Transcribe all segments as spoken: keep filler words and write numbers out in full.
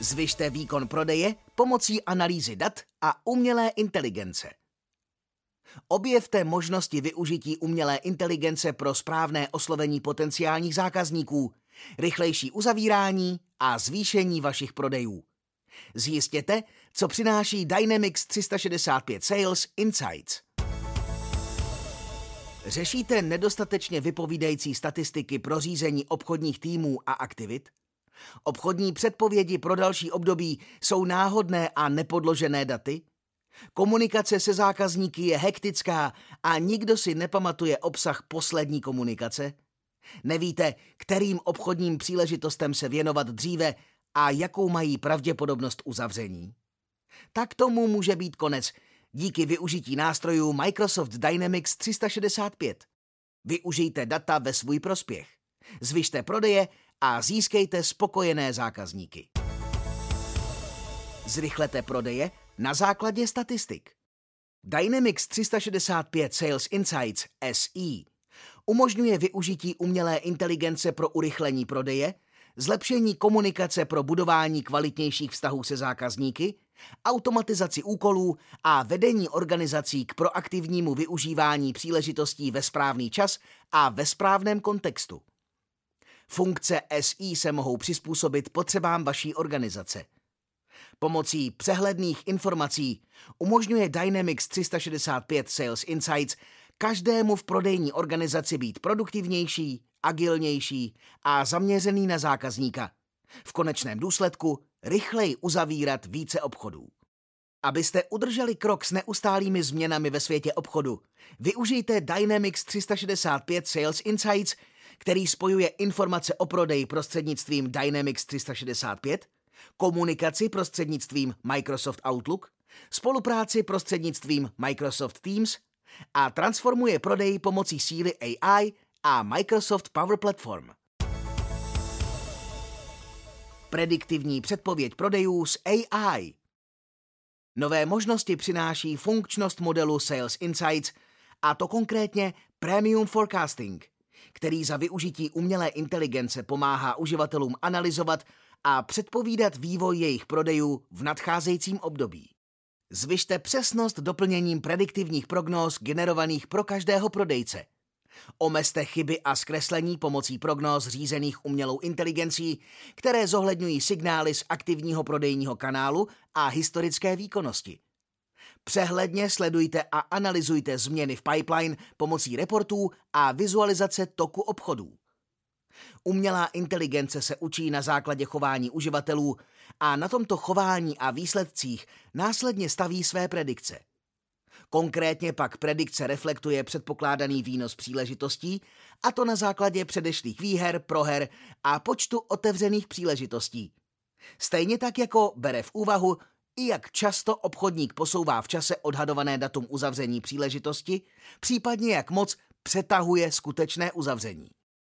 Zvyšte výkon prodeje pomocí analýzy dat a umělé inteligence. Objevte možnosti využití umělé inteligence pro správné oslovení potenciálních zákazníků, rychlejší uzavírání a zvýšení vašich prodejů. Zjistěte, co přináší Dynamics tři sta šedesát pět Sales Insights. Řešíte nedostatečně vypovídající statistiky pro řízení obchodních týmů a aktivit? Obchodní předpovědi pro další období jsou náhodné a nepodložené daty? Komunikace se zákazníky je hektická a nikdo si nepamatuje obsah poslední komunikace? Nevíte, kterým obchodním příležitostem se věnovat dříve a jakou mají pravděpodobnost uzavření? Tak tomu může být konec díky využití nástrojů Microsoft Dynamics tři sta šedesát pět. Využijte data ve svůj prospěch. Zvyšte prodeje a získejte spokojené zákazníky. Zrychlete prodeje na základě statistik. Dynamics tři sta šedesát pět Sales Insights S E umožňuje využití umělé inteligence pro urychlení prodeje, zlepšení komunikace pro budování kvalitnějších vztahů se zákazníky, automatizaci úkolů a vedení organizací k proaktivnímu využívání příležitostí ve správný čas a ve správném kontextu. Funkce S E se mohou přizpůsobit potřebám vaší organizace. Pomocí přehledných informací umožňuje Dynamics tři sta šedesát pět Sales Insights každému v prodejní organizaci být produktivnější, agilnější a zaměřený na zákazníka. V konečném důsledku rychleji uzavírat více obchodů. Abyste udrželi krok s neustálými změnami ve světě obchodu, využijte Dynamics tři sta šedesát pět Sales Insights, který spojuje informace o prodeji prostřednictvím Dynamics tři sta šedesát pět, komunikaci prostřednictvím Microsoft Outlook, spolupráci prostřednictvím Microsoft Teams a transformuje prodej pomocí síly A I a Microsoft Power Platform. Prediktivní předpověď prodejů s A I. Nové možnosti přináší funkčnost modelu Sales Insights, a to konkrétně Premium Forecasting, který za využití umělé inteligence pomáhá uživatelům analyzovat a předpovídat vývoj jejich prodejů v nadcházejícím období. Zvyšte přesnost doplněním prediktivních prognóz generovaných pro každého prodejce. Omezte chyby a zkreslení pomocí prognóz řízených umělou inteligencí, které zohledňují signály z aktivního prodejního kanálu a historické výkonnosti. Přehledně sledujte a analyzujte změny v pipeline pomocí reportů a vizualizace toku obchodů. Umělá inteligence se učí na základě chování uživatelů a na tomto chování a výsledcích následně staví své predikce. Konkrétně pak predikce reflektuje předpokládaný výnos příležitostí, a to na základě předešlých výher, proher a počtu otevřených příležitostí. Stejně tak jako bere v úvahu i jak často obchodník posouvá v čase odhadované datum uzavření příležitosti, případně jak moc přetahuje skutečné uzavření.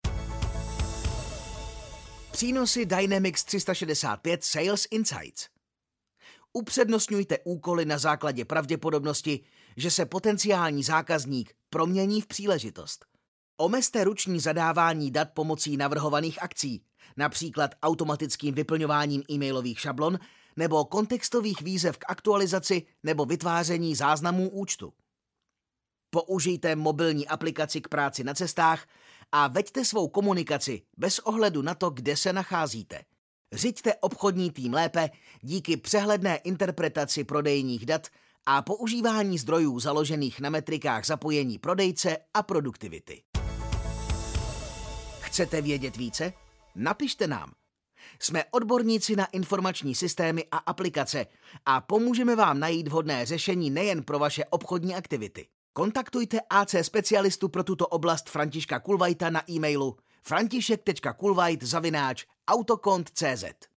Přínosy Dynamics tři sta šedesát pět Sales Insights. Upřednostňujte úkoly na základě pravděpodobnosti, že se potenciální zákazník promění v příležitost. Omezte ruční zadávání dat pomocí navrhovaných akcí, například automatickým vyplňováním e-mailových šablon nebo kontextových výzev k aktualizaci nebo vytváření záznamů účtu. Použijte mobilní aplikaci k práci na cestách a veďte svou komunikaci bez ohledu na to, kde se nacházíte. Řiďte obchodní tým lépe díky přehledné interpretaci prodejních dat a používání zdrojů založených na metrikách zapojení prodejce a produktivity. Chcete vědět více? Napište nám. Jsme odborníci na informační systémy a aplikace a pomůžeme vám najít vhodné řešení nejen pro vaše obchodní aktivity. Kontaktujte A C specialistu pro tuto oblast Františka Kulvajta na e-mailu františek tečka kulvajt zavináč autokont tečka cé zet.